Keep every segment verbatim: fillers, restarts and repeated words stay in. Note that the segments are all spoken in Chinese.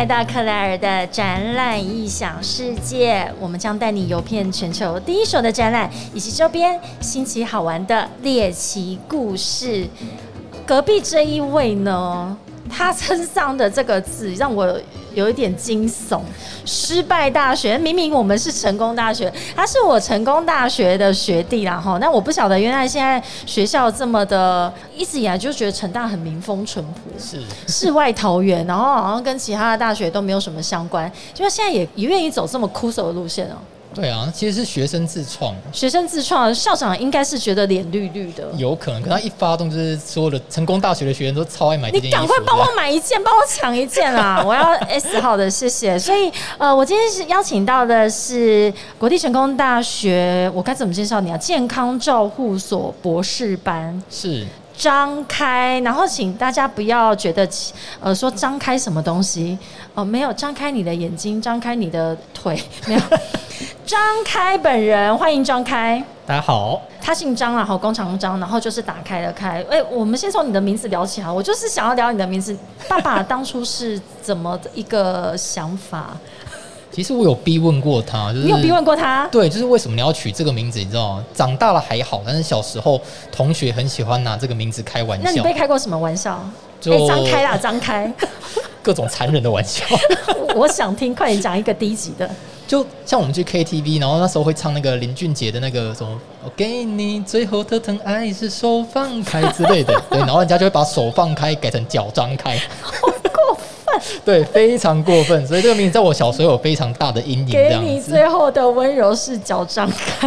来到克莱尔的展览异想世界，我们将带你游遍全球第一手的展览以及周边新奇好玩的猎奇故事。隔壁这一位呢，他身上的这个字让我有一点惊悚，失败大学。明明我们是成功大学，他是我成功大学的学弟啦齁。那我不晓得原来现在学校这么的，一直以来就觉得成大很民风淳朴， 是世外桃源，然后好像跟其他的大学都没有什么相关，就现在也也愿意走这么酷手的路线哦。 对啊，其实是学生自创， 学生自创，校长应该是觉得脸绿绿的， 有可能，可他一发动就是所有的成功大学的学生都超爱买这件衣服。 你赶快帮我买一件，帮我抢一件啊！我要 S 号的，谢谢。所以呃，我今天是邀请到的是国立成功大学，我该怎么介绍你啊？健康照护所博士班是。 张开，然后请大家不要觉得呃说张开什么东西哦、呃，没有张开你的眼睛，张开你的腿，没有张开本人，欢迎张开。 大家好， 他姓张啊，好，工长张，然后就是打开了开。哎、欸，我们先从你的名字聊起啊，我就是想要聊你的名字。爸爸当初是怎么一个想法？ 其实我有逼问过他，就是你有逼问过他？ 对，就是为什么你要取这个名字？你知道吗？长大了还好，但是小时候同学很喜欢拿这个名字开玩笑。 那你被开过什么玩笑？哎，张、欸、开啦，张开， 各种残忍的玩笑。 我想听，快点讲一个低级的。 就像我们去 K T V， 然后那时候会唱那个林俊杰的那个什么“我给你最后的疼爱是手放开”之类的，对，然后人家就会把手放开改成脚张开。 好过分！ 对，非常过分，所以这个名字在我小时候有非常大的阴影。 给你最后的温柔是脚张开。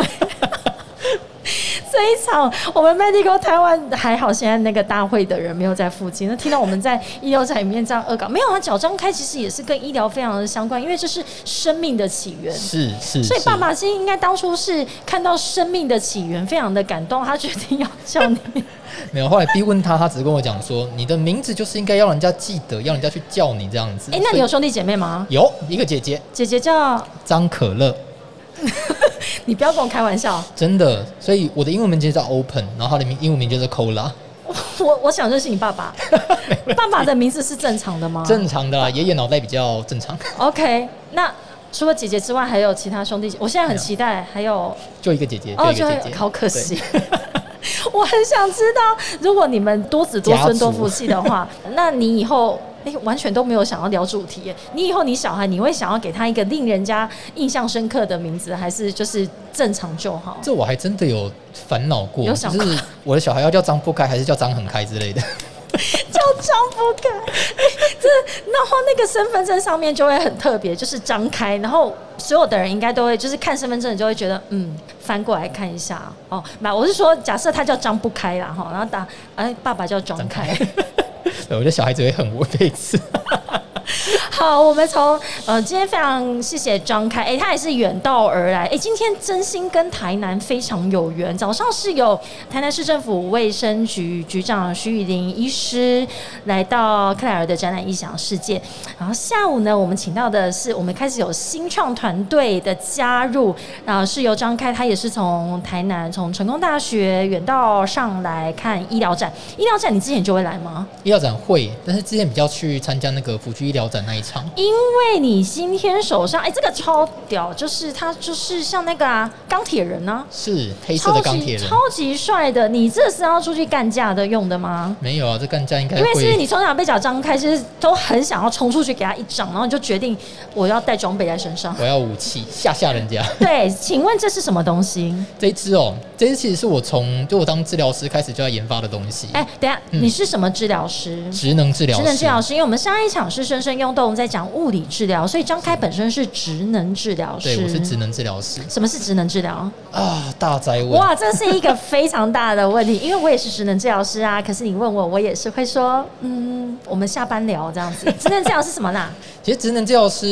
这一场我们 Medical 台湾还好，现在那个大会的人没有在附近。那听到我们在医疗展里面这样恶搞，没有啊，脚张开其实也是跟医疗非常的相关，因为这是生命的起源。 是是。 所以爸爸其实应该当初是看到生命的起源，非常的感动，他决定要叫你。 没有，后来逼问他，他只是跟我讲说，你的名字就是应该要人家记得，要人家去叫你这样子。 哎、欸，那你有兄弟姐妹吗？ 有一个姐姐， 姐姐叫张可乐。 你不要跟我开玩笑， 真的。所以我的英文名就叫 Open， 然后他的英文名就是 Cola。 我我想认识你爸爸。爸爸的名字是正常的吗？ 正常的啦，爷爷脑袋比较正常。 OK， 那除了姐姐之外，还有其他兄弟姐？我现在很期待，还有就一个姐姐， 哦， 就一个姐姐， 好可惜。我很想知道，如果你们多子多孙多福气的话，那你以后。欸、完全都没有想要聊主题耶。你以后你小孩，你会想要给他一个令人家印象深刻的名字，还是就是正常就好？ 这我还真的有烦恼过， 有想过就是我的小孩要叫张不开，还是叫张很开之类的。 叫张不开，欸、这然后那个身份证上面就会很特别，就是张开，然后所有的人应该都会就是看身份证就会觉得嗯，翻过来看一下哦。那我是说，假设他叫张不开啦哈，然后打哎爸爸叫张开。 对，我觉得小孩子会很无辈子。 好，我们从呃，今天非常谢谢张开，哎、欸，他也是远道而来，哎、欸，今天真心跟台南非常有缘。早上是有台南市政府卫生局局长徐宇林医师来到克莱尔的展览异想世界，然后下午呢，我们请到的是我们开始有新创团队的加入，啊、呃，是由张开，他也是从台南从成功大学远道上来看医疗展。医疗展你之前就会来吗？ 医疗展会，但是之前比较去参加那个辅具医疗展那一场。 因为你今天手上，哎、欸，这个超屌，就是他就是像那个啊钢铁人啊， 是黑色的钢铁人， 超级帅的。你这是要出去干架的用的吗？ 没有啊，这干架应该会。 因为是因为你从小被脚张开，就是都很想要冲出去给他一掌，然后你就决定我要带装备在身上， 我要武器吓吓人家。 对，请问这是什么东西？ 这一支哦，这一支其实是我从就我当治疗师开始就要研发的东西。 哎、欸，等一下、嗯，你是什么治疗师？ 职能治疗师。 职能治疗师，因为我们上一场是深深用动在讲物理治疗，所以张开本身是职能治疗师。 对，我是职能治疗师。 什么是职能治疗啊？大哉问！ 哇，这是一个非常大的问题，因为我也是职能治疗师啊。可是你问我，我也是会说，嗯，我们下班聊这样子。职能治疗是什么啦？ 其实职能治疗师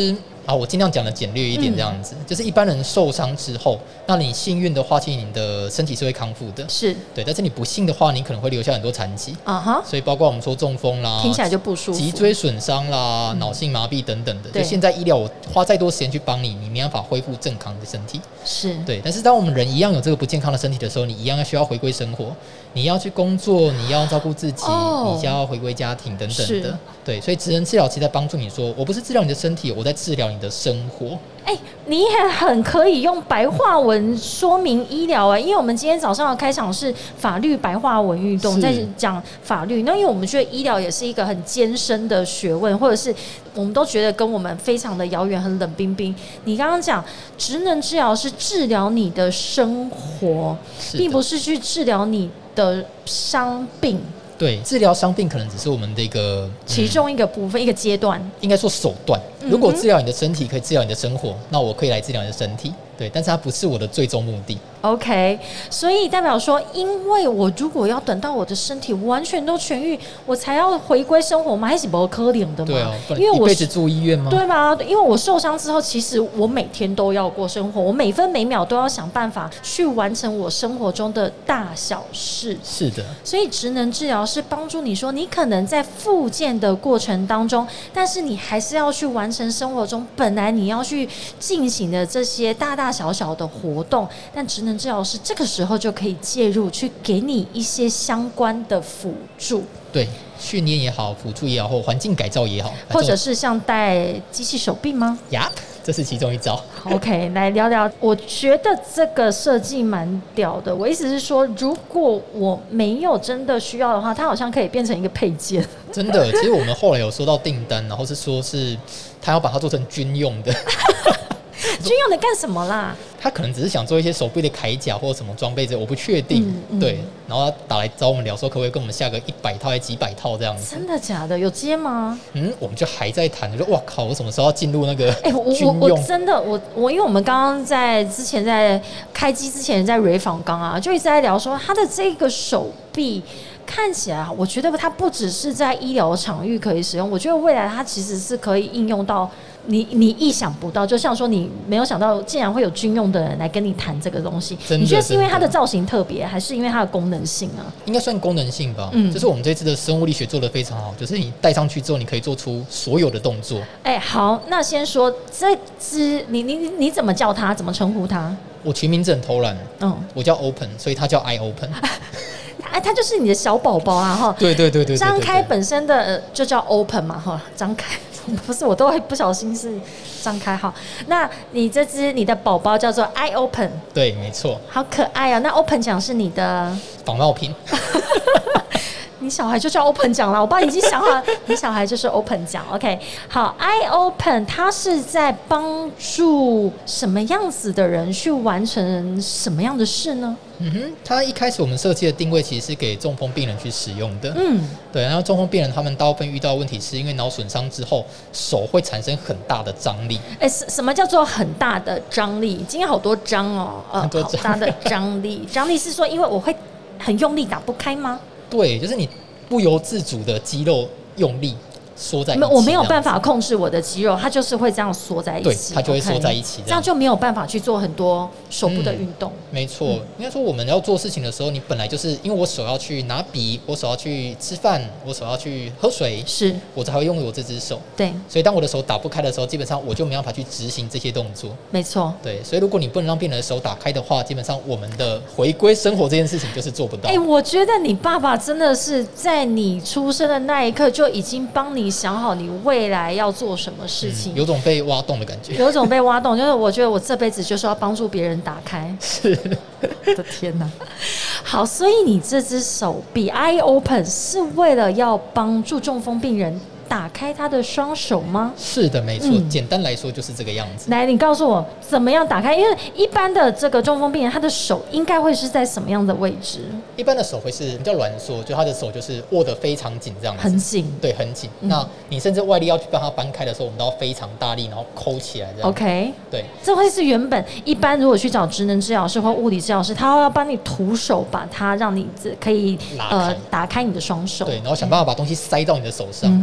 啊，我尽量讲的简略一点，这样子、嗯，就是一般人受伤之后，那你幸运的话，其实你的身体是会康复的， 是对。但是你不幸的话，你可能会留下很多残疾啊哈。所以包括我们说中风啦， 听起来就不舒服， 脊椎损伤啦、脑、嗯、性麻痹等等的。就现在医疗，我花再多时间去帮你，你没办法恢复正康的身体。是对。但是当我们人一样有这个不健康的身体的时候，你一样需要回归生活，你要去工作，你要照顾自己，哦、你要回归家庭等等的。对，所以职能治疗其实在帮助你说，我不是治疗你的身体，我在治疗你的生活。 哎、欸，你也很可以用白话文说明医疗哎，因为我们今天早上的开场是法律白话文运动，在讲法律。那因为我们觉得医疗也是一个很艰深的学问，或者是我们都觉得跟我们非常的遥远、很冷冰冰。你刚刚讲职能治疗是治疗你的生活，并不是去治疗你的伤病。 对，治疗伤病可能只是我们的一个、嗯、 其中一个部分，一个阶段， 应该说手段。如果治疗你的身体可以治疗你的生活，那我可以来治疗你的身体。对，但是它不是我的最终目的。 OK， 所以代表说，因为我如果要等到我的身体完全都痊愈，我才要回归生活吗？还是不可能的嘛？ 对啊，因为我一辈子住医院吗？ 对吧？因为我受伤之后，其实我每天都要过生活，我每分每秒都要想办法去完成我生活中的大小事。 是的， 所以职能治疗是帮助你说，你可能在复健的过程当中，但是你还是要去完成生活中本来你要去进行的这些大大小小的活动，但职能治疗师这个时候就可以介入，去给你一些相关的辅助。 对，训练也好，辅助也好，或环境改造也好， 或者是像戴机器手臂吗？ 呀，这是其中一招。 OK， 来聊聊。我觉得这个设计蛮屌的。我意思是说，如果我没有真的需要的话，它好像可以变成一个配件。 真的，其实我们后来有收到订单，然后是说是他要把它做成军用的。 军用的干什么啦？ 他可能只是想做一些手臂的铠甲或者什么装备，这我不确定、嗯嗯。对，然后他打来找我们聊说，可不可以跟我们下个一百套还几百套这样子？ 真的假的？有接吗？ 嗯，我们就还在谈，就说哇靠，我什么时候要进入那个哎、欸，我我我真的我我，因为我们刚刚在之前在开机之前在瑞访刚啊，就一直在聊说他的这个手臂。看起来，我觉得它不只是在医疗场域可以使用，我觉得未来它其实是可以应用到你你意想不到，就像说你没有想到，竟然会有军用的人来跟你谈这个东西。你觉得是因为它的造型特别，还是因为它的功能性啊？ 应该算功能性吧。嗯，就是我们这次的生物力学做得非常好，就是你戴上去之后，你可以做出所有的动作。哎、 欸，好，那先说这只，你你你怎么叫它？怎么称呼它？ 我取名字很偷懒，嗯，我叫 Open， 所以它叫 I Open。 哎，它就是你的小宝宝啊，哈！ 对对对对， 张开本身的、呃、就叫 open 嘛，哈，张开不是我都会不小心是张开哈。那你这只你的宝宝叫做 I Open， 对，没错， 好可爱哦。那 Open 奖是你的仿冒品。 你小孩就叫 Open 奖啦，我爸已经想好了，你小孩就是 Open 奖。OK， 好 ，I Open 它是在帮助什么样子的人去完成什么样的事呢？ 嗯哼，它一开始我们设计的定位其实是给中风病人去使用的。嗯，对，然后中风病人他们大部分遇到的问题是因为脑损伤之后，手会产生很大的张力。 哎、欸，什么叫做很大的张力？今天好多张哦，呃，很多张好大的张力。张力是说，因为我会很用力打不开吗？ 对，就是你不由自主的肌肉用力缩在一起， 我没有办法控制我的肌肉，它就是会这样缩在一起， 对，它就会缩在一起， okay， 这样就没有办法去做很多手部的运动。嗯、 没错、嗯，应该说我们要做事情的时候，你本来就是因为我手要去拿笔，我手要去吃饭，我手要去喝水， 是我才会用我这只手。 对， 所以当我的手打不开的时候，基本上我就没办法去执行这些动作。 没错， 对，所以如果你不能让病人的手打开的话，基本上我们的回归生活这件事情就是做不到。 哎、欸，我觉得你爸爸真的是在你出生的那一刻就已经帮你想好你未来要做什么事情、 嗯，有种被挖洞的感觉， 有种被挖洞，就是我觉得我这辈子就是要帮助别人打开。 是， 我的天哪！好，所以你这只手臂 I Open 是为了要帮助中风病人打开他的双手吗？ 是的，没错、嗯。简单来说就是这个样子。 来，你告诉我怎么样打开？因为一般的这个中风病人，他的手应该会是在什么样的位置？ 一般的手会是比较挛缩，就他的手就是握得非常紧，这样子。 很紧。 对，很紧、嗯。那你甚至外力要去帮他搬开的时候，我们都要非常大力，然后抠起来这样。 OK。 对， 这会是原本一般如果去找职能治疗师或物理治疗师，他要帮你徒手把它让你可以呃打开你的双手。 对，然后想办法把东西塞到你的手上。嗯哼。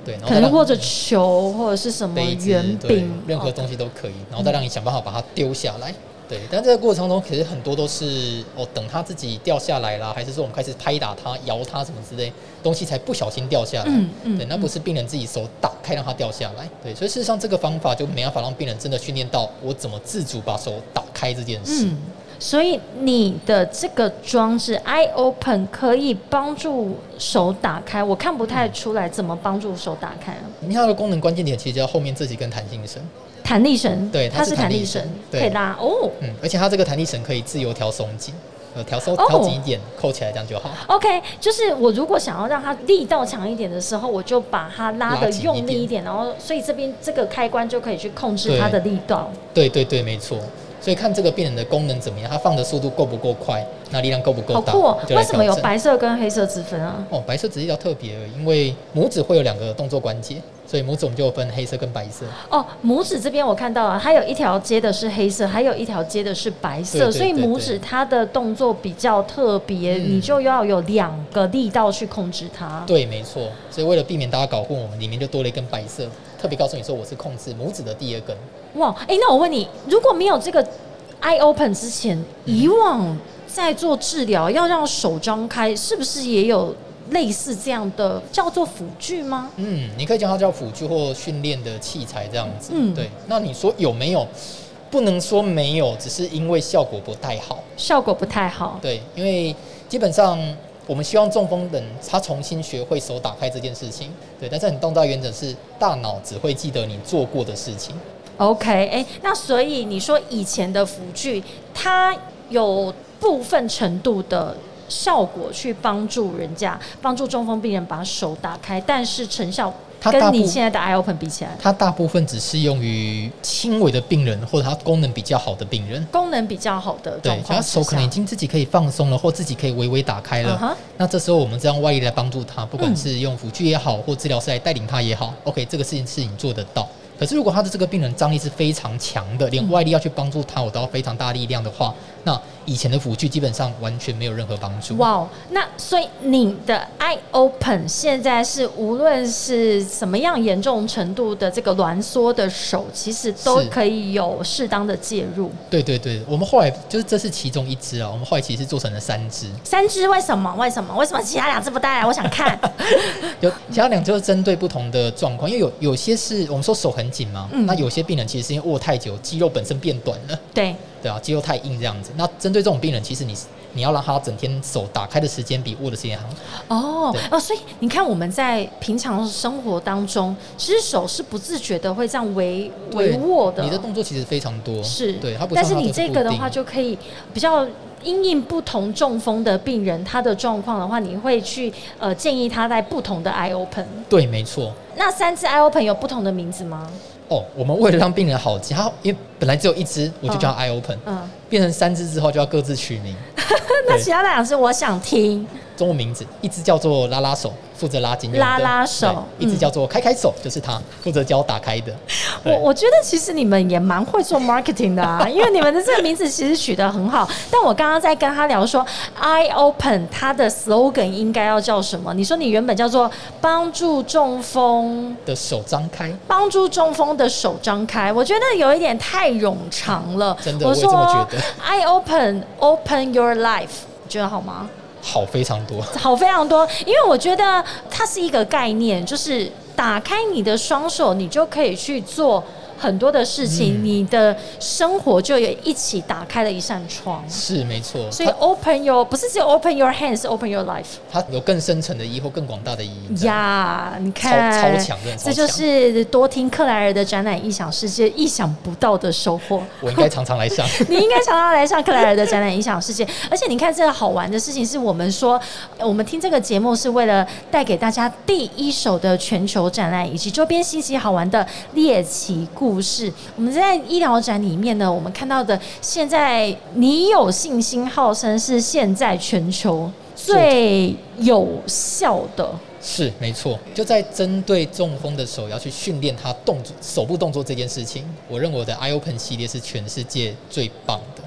对，然后可能握着球或者是什么圆饼， 任何东西都可以，然后再让你想办法把它丢下来。对，但这个过程中其实很多都是哦，等它自己掉下来啦，还是说我们开始拍打它、摇它什么之类东西才不小心掉下来。嗯嗯，对，那不是病人自己手打开让它掉下来。对，所以事实上这个方法就没办法让病人真的训练到我怎么自主把手打开这件事。嗯， 所以你的这个装置 Eye Open 可以帮助手打开，我看不太出来怎么帮助手打开啊。 你看它的功能关键点其实就在后面这几根弹性绳。 弹力绳， 对， 它是弹力绳，可以拉哦。 嗯，而且它这个弹力绳可以自由调松紧，呃，调松调紧一点，扣起来这样就好。 OK， 就是我如果想要让它力道强一点的时候，我就把它拉得用力一点，然后所以这边这个开关就可以去控制它的力道。 对对对，没错。所以看这个病人的功能怎么样，它放的速度够不够快，那力量够不够大。 好酷哦！为什么有白色跟黑色之分啊？ 哦，白色只是比较特别而已，因为拇指会有两个动作关节，所以拇指我们就分黑色跟白色。 哦，拇指这边我看到了，它有一条接的是黑色，还有一条接的是白色，所以拇指它的动作比较特别，嗯、你就要有两个力道去控制它。 对，没错。所以为了避免大家搞混，我们里面就多了一根白色，特别告诉你说我是控制拇指的第二根。 哇，哎、欸，那我问你，如果没有这个 Eye Open 之前，以往在做治疗要让手张开，是不是也有类似这样的叫做辅具吗？ 嗯，你可以叫它叫辅具或训练的器材这样子。嗯，对。那你说有没有？不能说没有，只是因为效果不太好。 效果不太好。 对，因为基本上我们希望中风人他重新学会手打开这件事情。对，但是很重要的原则是，大脑只会记得你做过的事情。 OK， 哎、欸，那所以你说以前的辅具，它有部分程度的效果去帮助人家，帮助中风病人把手打开，但是成效跟你现在的 Eye Open 比起来， 它大部分只适用于轻微的病人或者他功能比较好的病人。 功能比较好的状况， 对，他手可能已经自己可以放松了，或自己可以微微打开了。Uh-huh. 那这时候我们这样外力来帮助他，不管是用辅具也好，或治疗师来带领他也好 ，OK， 这个事情是你做得到。可是如果他的这个病人张力是非常强的，连外力要去帮助他，我都要非常大力量的话，那以前的辅具基本上完全没有任何帮助。 哇、wow, 那所以你的 Eye Open 现在是无论是什么样严重程度的这个挛缩的手，其实都可以有适当的介入。 对对对，我们后来就是这是其中一支啊，我们后来其实做成了三支。 三支为什么？为什么？为什么其他两支不带来？我想看。 有其他两支就是针对不同的状况，因为有有些是我们说手很紧嘛、嗯，那有些病人其实是因为握太久，肌肉本身变短了。 对。 对啊，肌肉太硬这样子。那针对这种病人，其实你你要让他整天手打开的时间比握的时间长。 哦哦，所以你看我们在平常生活当中，其实手是不自觉的会这样微微握的。 你的动作其实非常多， 是对，它不。 但是你这个的话，就可以比较因应不同中风的病人他的状况的话，你会去呃建议他在不同的 Eye Open。 对，没错。 那三支 Eye Open 有不同的名字吗？ 哦，我们为了让病人好记，他因为本来只有一支，我就叫他 Eye Open， 嗯，嗯变成三支之后就要各自取名。 那其他两支我想听。 中文名字，一支叫做拉拉手，负责拉筋用的； 拉拉手， 一支叫做开开手，嗯、就是他负责教打开的。 我我觉得其实你们也蛮会做 marketing 的啊，因为你们的这个名字其实取得很好。但我刚刚在跟他聊说 ，Eye Open 它的 slogan 应该要叫什么？你说你原本叫做帮助中风的手张开， 帮助中风的手张开，我觉得有一点太冗长了。 真的，我也这么觉得。 Eye Open Open Your Life， 你觉得好吗？ 好非常多， 好非常多，因为我觉得它是一个概念，就是打开你的双手，你就可以去做很多的事情、嗯，你的生活就也一起打开了一扇窗。 是没错， 所以 open your 不是只有 open your hands， open your life， 它有更深层的意义或更广大的意义。 呀、yeah, ，你看， 超强的， 这就是多听克莱尔的展览异想世界，意想不到的收获。 我应该常常来上， 你应该常常来上克莱尔的展览异想世界。而且你看，这个好玩的事情是我们说，我们听这个节目是为了带给大家第一手的全球展览以及周边稀奇好玩的猎奇故事。我们在医疗展里面呢，我们看到的现在你有信心号称是现在全球最有效的。 是没错，就在针对中风的手要去训练他动作、手部动作这件事情，我认为我的 Eye Open 系列是全世界最棒的。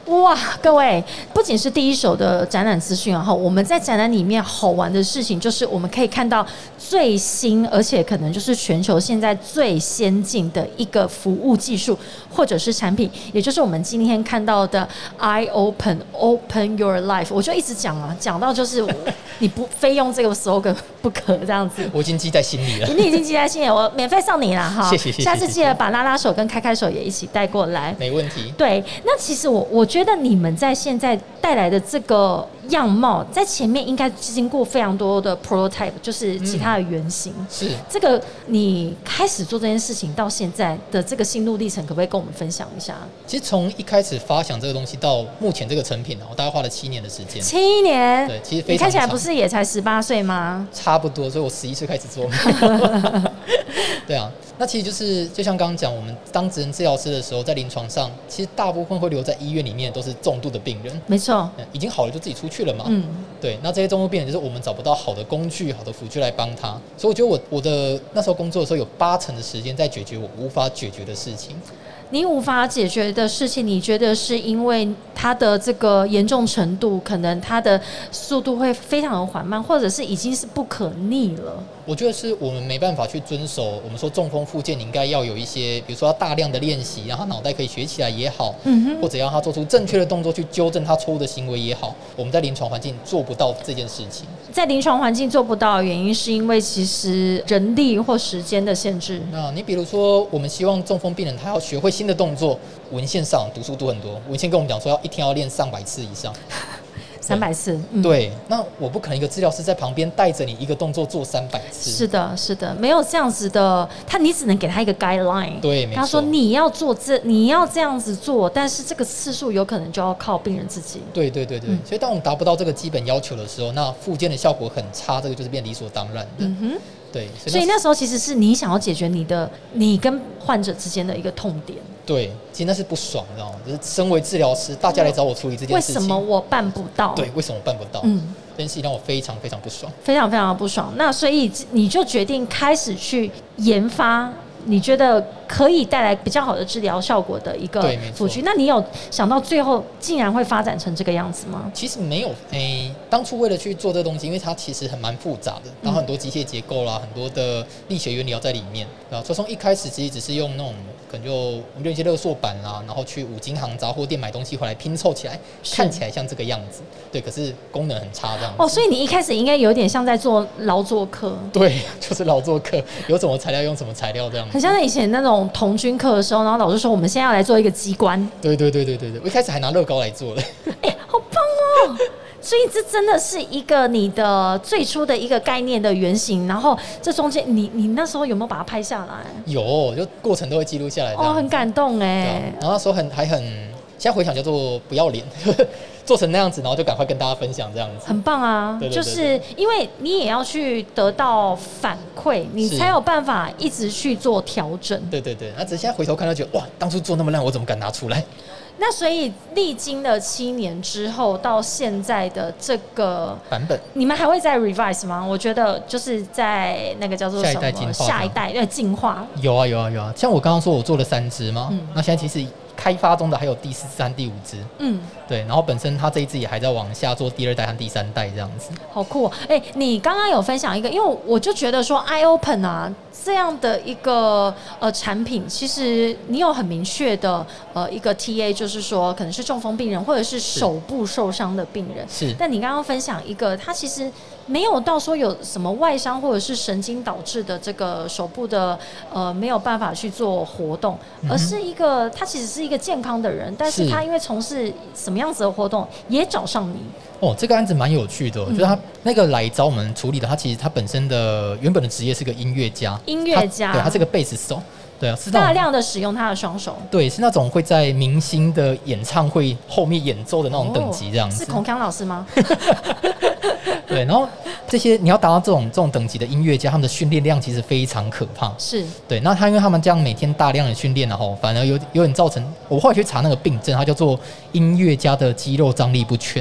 哇，各位，不仅是第一手的展览资讯，然后我们在展览里面好玩的事情，就是我们可以看到最新，而且可能就是全球现在最先进的一个服务技术或者是产品，也就是我们今天看到的 Eye Open Open Your Life。我就一直讲啊，讲到就是你不非用这个 slogan 不可这样子。 我已经记在心里了， 你已经记在心里了，我免费送你啦哈。 谢谢谢谢。 下次记得把拉拉手跟开开手也一起带过来。 没问题。 对，那其实我我觉得你们在现在带来的这个样貌，在前面应该经过非常多的 prototype， 就是其他的原型。嗯、 是这个你开始做这件事情到现在的这个心路历程，可不可以跟我们分享一下？ 其实从一开始发想这个东西到目前这个成品，我大概花了七年的时间。 七年？ 对，其实非常长。 你看起来不是也才十八岁吗？ 差不多，所以我十一岁开始做。对啊，那其实就是就像刚刚讲，我们当职能治疗师的时候，在临床上，其实大部分会留在医院里面都是重度的病人。 没错， 已经好了就自己出去了嘛。 嗯， 对。那这些重度病人就是我们找不到好的工具、好的辅具来帮他，所以我觉得我我的那时候工作的时候，有八成的时间在解决我无法解决的事情。 你无法解决的事情，你觉得是因为它的这个严重程度，可能它的速度会非常的缓慢，或者是已经是不可逆了？ 我觉得是我们没办法去遵守我们说中风复健，你应该要有一些，比如说要大量的练习，让他脑袋可以学起来也好，嗯哼，或者让他做出正确的动作去纠正他错误的行为也好，我们在临床环境做不到这件事情。 在临床环境做不到的原因，是因为其实人力或时间的限制。 那你比如说，我们希望中风病人他要学会新的动作，文献上读书读很多，文献跟我们讲说要一天要练上百次以上。 三百次、嗯， 对，那我不可能一个治疗师在旁边带着你一个动作做三百次。 是的，是的，没有这样子的，他你只能给他一个 guideline， 对，没错。 他说你要做这，你要这样子做，但是这个次数有可能就要靠病人自己。 对对对对，嗯、所以当我们达不到这个基本要求的时候，那复健的效果很差，这个就是变理所当然的。嗯哼。对，所以, 所以那时候其实是你想要解决你的你跟患者之间的一个痛点。 对，其实那是不爽，你知道吗？就是身为治疗师，大家来找我处理这件事情， 为什么我办不到？ 对，为什么我办不到？嗯，这件事情让我非常非常不爽， 非常非常的不爽。那所以你就决定开始去研发。你觉得可以带来比较好的治疗效果的一个辅具，那你有想到最后竟然会发展成这个样子吗？ 其实没有，诶，当初为了去做这个东西，因为它其实很蛮复杂的，然后很多机械结构啦，很多的力学原理要在里面，然后所以从一开始其实只是用那种可能就我们用一些勒索板啦，然后去五金行杂货店买东西回来拼凑起来，看起来像这个样子，对，可是功能很差这样子。 哦，所以你一开始应该有点像在做劳作课。 对，就是劳作课，有什么材料用什么材料这样子。 很像在以前那种童军课的时候，然后老师说我们现在要来做一个机关。 对对对对对对，我一开始还拿乐高来做的。 哎、欸，好棒哦！所以这真的是一个你的最初的一个概念的原型，然后这中间你你那时候有没有把它拍下来？ 有，就过程都会记录下来。 哦，很感动哎、啊。 然后那时候很还很，现在回想叫做不要脸。做成那样子，然后就赶快跟大家分享这样子， 很棒啊！对对对对，就是因为你也要去得到反馈，你才有办法一直去做调整。 对对对，那只是现在回头看到觉得哇，当初做那么烂，我怎么敢拿出来？ 那所以历经了七年之后，到现在的这个版本， 你们还会再 revise 吗？我觉得就是在那个叫做什么下一代进化， 下一代要进化。 有啊有啊有啊，像我刚刚说我做了三支嘛，嗯、那现在其实开发中的还有第四支和第五支，嗯，对，然后本身它这一支也还在往下做第二代和第三代这样子。 好酷哦！哎、欸，你刚刚有分享一个，因为我就觉得说 Eye Open 啊这样的一个呃产品，其实你有很明确的呃一个 T A， 就是说可能是中风病人或者是手部受伤的病人。 是。 但你刚刚分享一个，它其实没有到说有什么外伤或者是神经导致的这个手部的呃没有办法去做活动，而是一个他其实是一个健康的人，但是他因为从事什么样子的活动也找上你。 哦，这个案子蛮有趣的、哦，嗯、就是他那个来找我们处理的，他其实他本身的原本的职业是个音乐家， 音乐家， 对，他是个贝斯手。对啊，是大量的使用他的双手。 对，是那种会在明星的演唱会后面演奏的那种等级，这样子。 哦、是孔锵老师吗？ 对，然后这些你要达到这种这种等级的音乐家，他们的训练量其实非常可怕。 是。 对，那他因为他们这样每天大量的训练，然后反而有有点造成，我后来去查那个病症，它叫做音乐家的肌肉张力不全。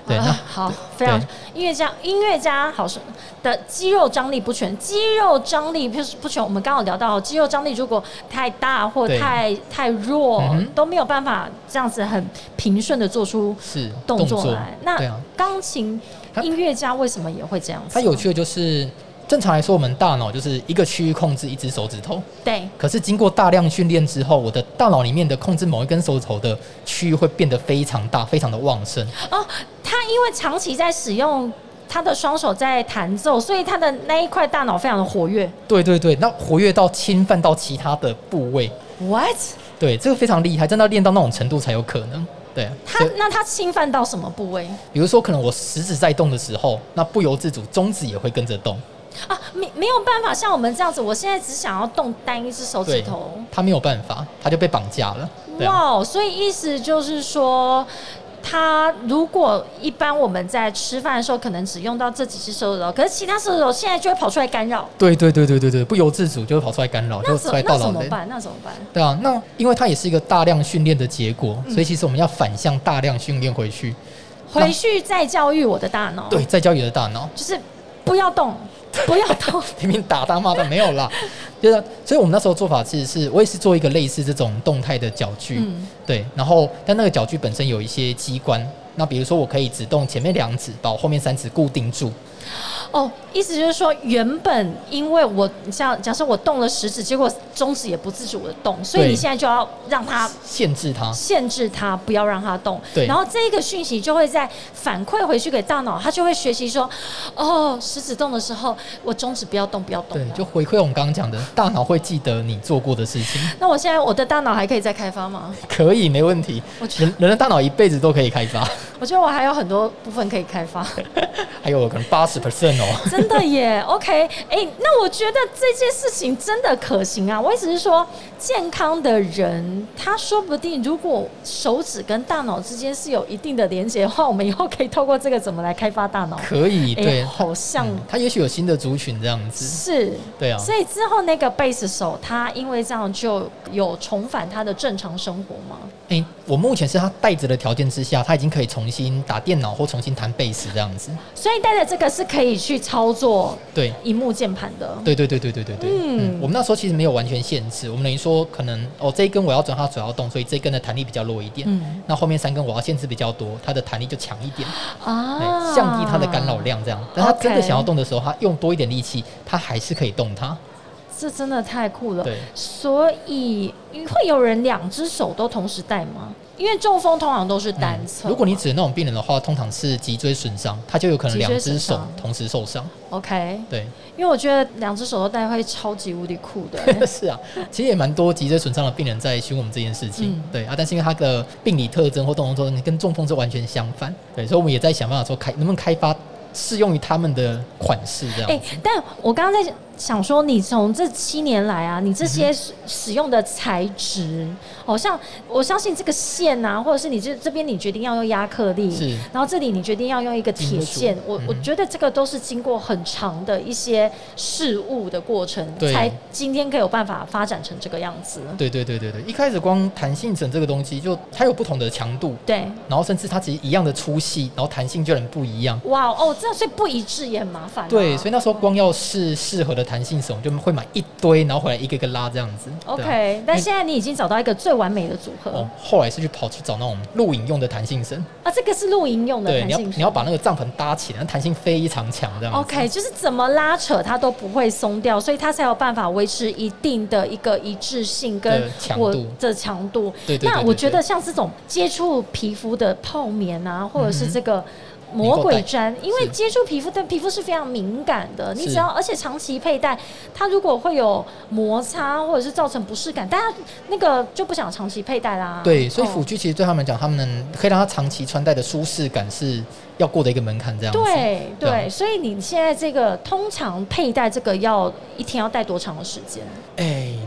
对，那、 啊、好，非常音乐家，音乐家好的肌肉张力不全，肌肉张力不不全。我们刚刚有聊到，肌肉张力如果太大或太太弱、嗯，都没有办法这样子很平顺的做出动作来。那钢琴音乐家为什么也会这样子？ 它有趣的就是。正常来说，我们大脑就是一个区域控制一只手指头。 对。 可是经过大量训练之后，我的大脑里面的控制某一根手指头的区域会变得非常大，非常的旺盛。 哦，他因为长期在使用他的双手在弹奏，所以他的那一块大脑非常的活跃。 对对对，那活跃到侵犯到其他的部位。 What？ 对，这个非常厉害，真的要练到那种程度才有可能。对， 他那他侵犯到什么部位？ 比如说，可能我食指在动的时候，那不由自主中指也会跟着动。 啊，没没有办法像我们这样子，我现在只想要动单一只手指头， 他没有办法，他就被绑架了。 哇、wow, 所以意思就是说，他如果一般我们在吃饭的时候，可能只用到这几只手指头，可是其他手指头现在就会跑出来干扰。 对对对对对对，不由自主就会跑出来干扰，就出来那怎么办？那怎么办？ 对啊，那因为它也是一个大量训练的结果，嗯、所以其实我们要反向大量训练回去， 回去再教育我的大脑。 对，再教育你的大脑， 就是不要动。不要动， 明明打他骂他没有啦，就是，所以我们那时候做法其实是，我也是做一个类似这种动态的角距，嗯、对，然后但那个角距本身有一些机关，那比如说我可以只动前面两指，把我后面三指固定住。 哦，意思就是说，原本因为我像假设我动了食指，结果中指也不自主的动，所以你现在就要让它限制它， 限制它，不要让它动。 对， 然后这个讯息就会再反馈回去给大脑，它就会学习说，哦，食指动的时候，我中指不要动，不要动。 对，就回馈我们刚刚讲的，大脑会记得你做过的事情。 那我现在我的大脑还可以再开发吗？ 可以，没问题。我觉得人人的大脑一辈子都可以开发。 我觉得我还有很多部分可以开发， 还有可能八十 percent 哦。 真的耶 ，OK， 哎、欸，那我觉得这件事情真的可行啊。我意思是说，健康的人，他说不定如果手指跟大脑之间是有一定的连接的话，我们以后可以透过这个怎么来开发大脑？ 可以，对，欸、 好像、嗯、 他也许有新的族群这样子， 是， 对啊。 所以之后那个贝斯手，他因为这样就有重返他的正常生活吗？ 哎、欸，我目前是他带着的条件之下，他已经可以重新打电脑或重新弹贝斯这样子。 所以带着这个是可以去操作对萤幕键盘的。 对对对对对对对。嗯, 嗯，我们那时候其实没有完全限制，我们等于说可能哦这一根我要转它主要动，所以这一根的弹力比较弱一点。嗯。那后面三根我要限制比较多，它的弹力就强一点。啊。降低它的干扰量这样。但他真的想要动的时候，他用多一点力气，他还是可以动它。 这真的太酷了。 对。 所以会有人两只手都同时戴吗？因为中风通常都是单侧、嗯。如果你指的那种病人的话，通常是脊椎损伤，他就有可能两只手同时受伤。 OK， 对， 因为我觉得两只手都戴会超级无敌酷的。 是啊，其实也蛮多脊椎损伤的病人在询问我们这件事情。嗯、对啊，但是因为他的病理特征或动作特征跟中风是完全相反，对，所以我们也在想办法说开能不能开发适用于他们的款式这样子。欸、 但我刚刚在想说，你从这七年来啊，你这些使用的材质，好、嗯、像我相信这个线啊，或者是你这这边你决定要用亚克力， 是， 然后这里你决定要用一个铁件，我、嗯、我觉得这个都是经过很长的一些试悟的过程，才今天可以有办法发展成这个样子。 对对对对对，一开始光弹性绳这个东西，就它有不同的强度， 对， 然后甚至它其实一样的粗细，然后弹性就很不一样。 哇哦，这样所以不一致也很麻烦、啊。 对，所以那时候光要试适合的弹性绳，就会买一堆，然后回来一个一个拉这样子。 OK，、啊、但现在你已经找到一个最完美的组合。 哦，后来是去跑去找那种露营用的弹性绳啊，这个是露营用的弹性绳。 对，你要你要把那个帐篷搭起来，弹性非常强这样子。 OK， 就是怎么拉扯它都不会松掉，所以它才有办法维持一定的一个一致性跟我的强度。 对 对, 对, 对, 对, 对。 那我觉得像这种接触皮肤的泡棉啊，或者是这个。魔鬼毡，因为接触皮肤，但皮肤是非常敏感的。你只要，而且长期佩戴，它如果会有摩擦或者是造成不适感，大家那个就不想长期佩戴啦。 对，所以辅具其实对他们讲，他们能可以让他长期穿戴的舒适感是要过的一个门槛，这样子。 对 对, 对，所以你现在这个通常佩戴这个要一天要戴多长的时间？ 哎、欸，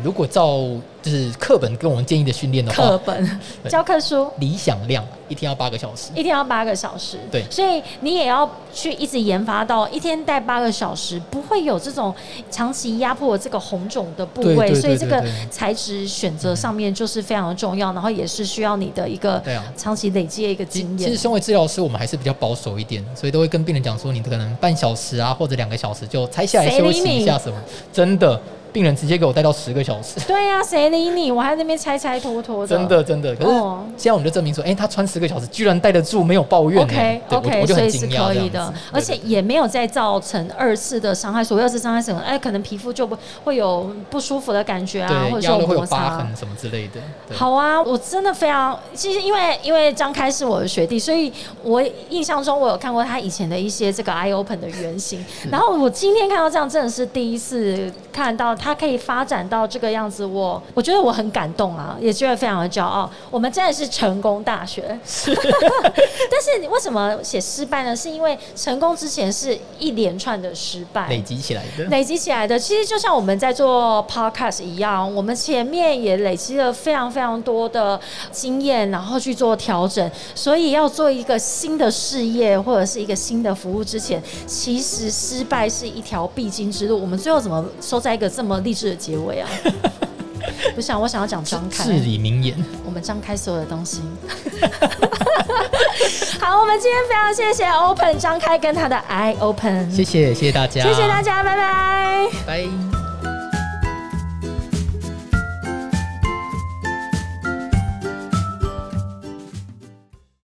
如果照就是课本跟我们建议的训练的话， 课本教科书理想量一天要八个小时， 一天要八个小时， 对， 所以你也要去一直研发到一天带八个小时，不会有这种长期压迫这个红肿的部位，对对对对对，所以这个材质选择上面就是非常的重要，然后也是需要你的一个长期累积的一个经验。 其实身为治疗师，我们还是比较保守一点，所以都会跟病人讲说，你可能半小时啊，或者两个小时就拆下来休息一下什么，真的。病人直接给我带到十个小时， 对呀、啊，谁理你？我还在那边猜猜拖拖的， 真的真的。可是现在我们就证明说，哎、欸，他穿十个小时居然带得住，没有抱怨、欸。 OK OK， 我, 我就很所以是可以的，而且也没有再造成二次的伤害。所谓二次伤害是，哎、欸，可能皮肤就不会有不舒服的感觉啊，或者说会有疤痕什么之类的。 好啊，我真的非常，其实因为因为张开是我的学弟，所以我印象中我有看过他以前的一些这个 eye open 的原型，然后我今天看到这样，真的是第一次看到他可以发展到这个样子，我我觉得我很感动啊，也觉得非常的骄傲。我们真的是成功大学，但是为什么写失败呢？是因为成功之前是一连串的失败累积起来的， 累积起来的。其实就像我们在做 podcast 一样，我们前面也累积了非常非常多的经验，然后去做调整。所以要做一个新的事业或者是一个新的服务之前，其实失败是一条必经之路。我们最后怎么收在一个这么励志的结尾啊？不想，我想要讲张开至理名言， 我们张开所有的东西。好，我们今天非常谢谢 Open 张开跟他的 Eye Open， 谢谢谢谢大家， 谢谢大家，拜拜， 拜。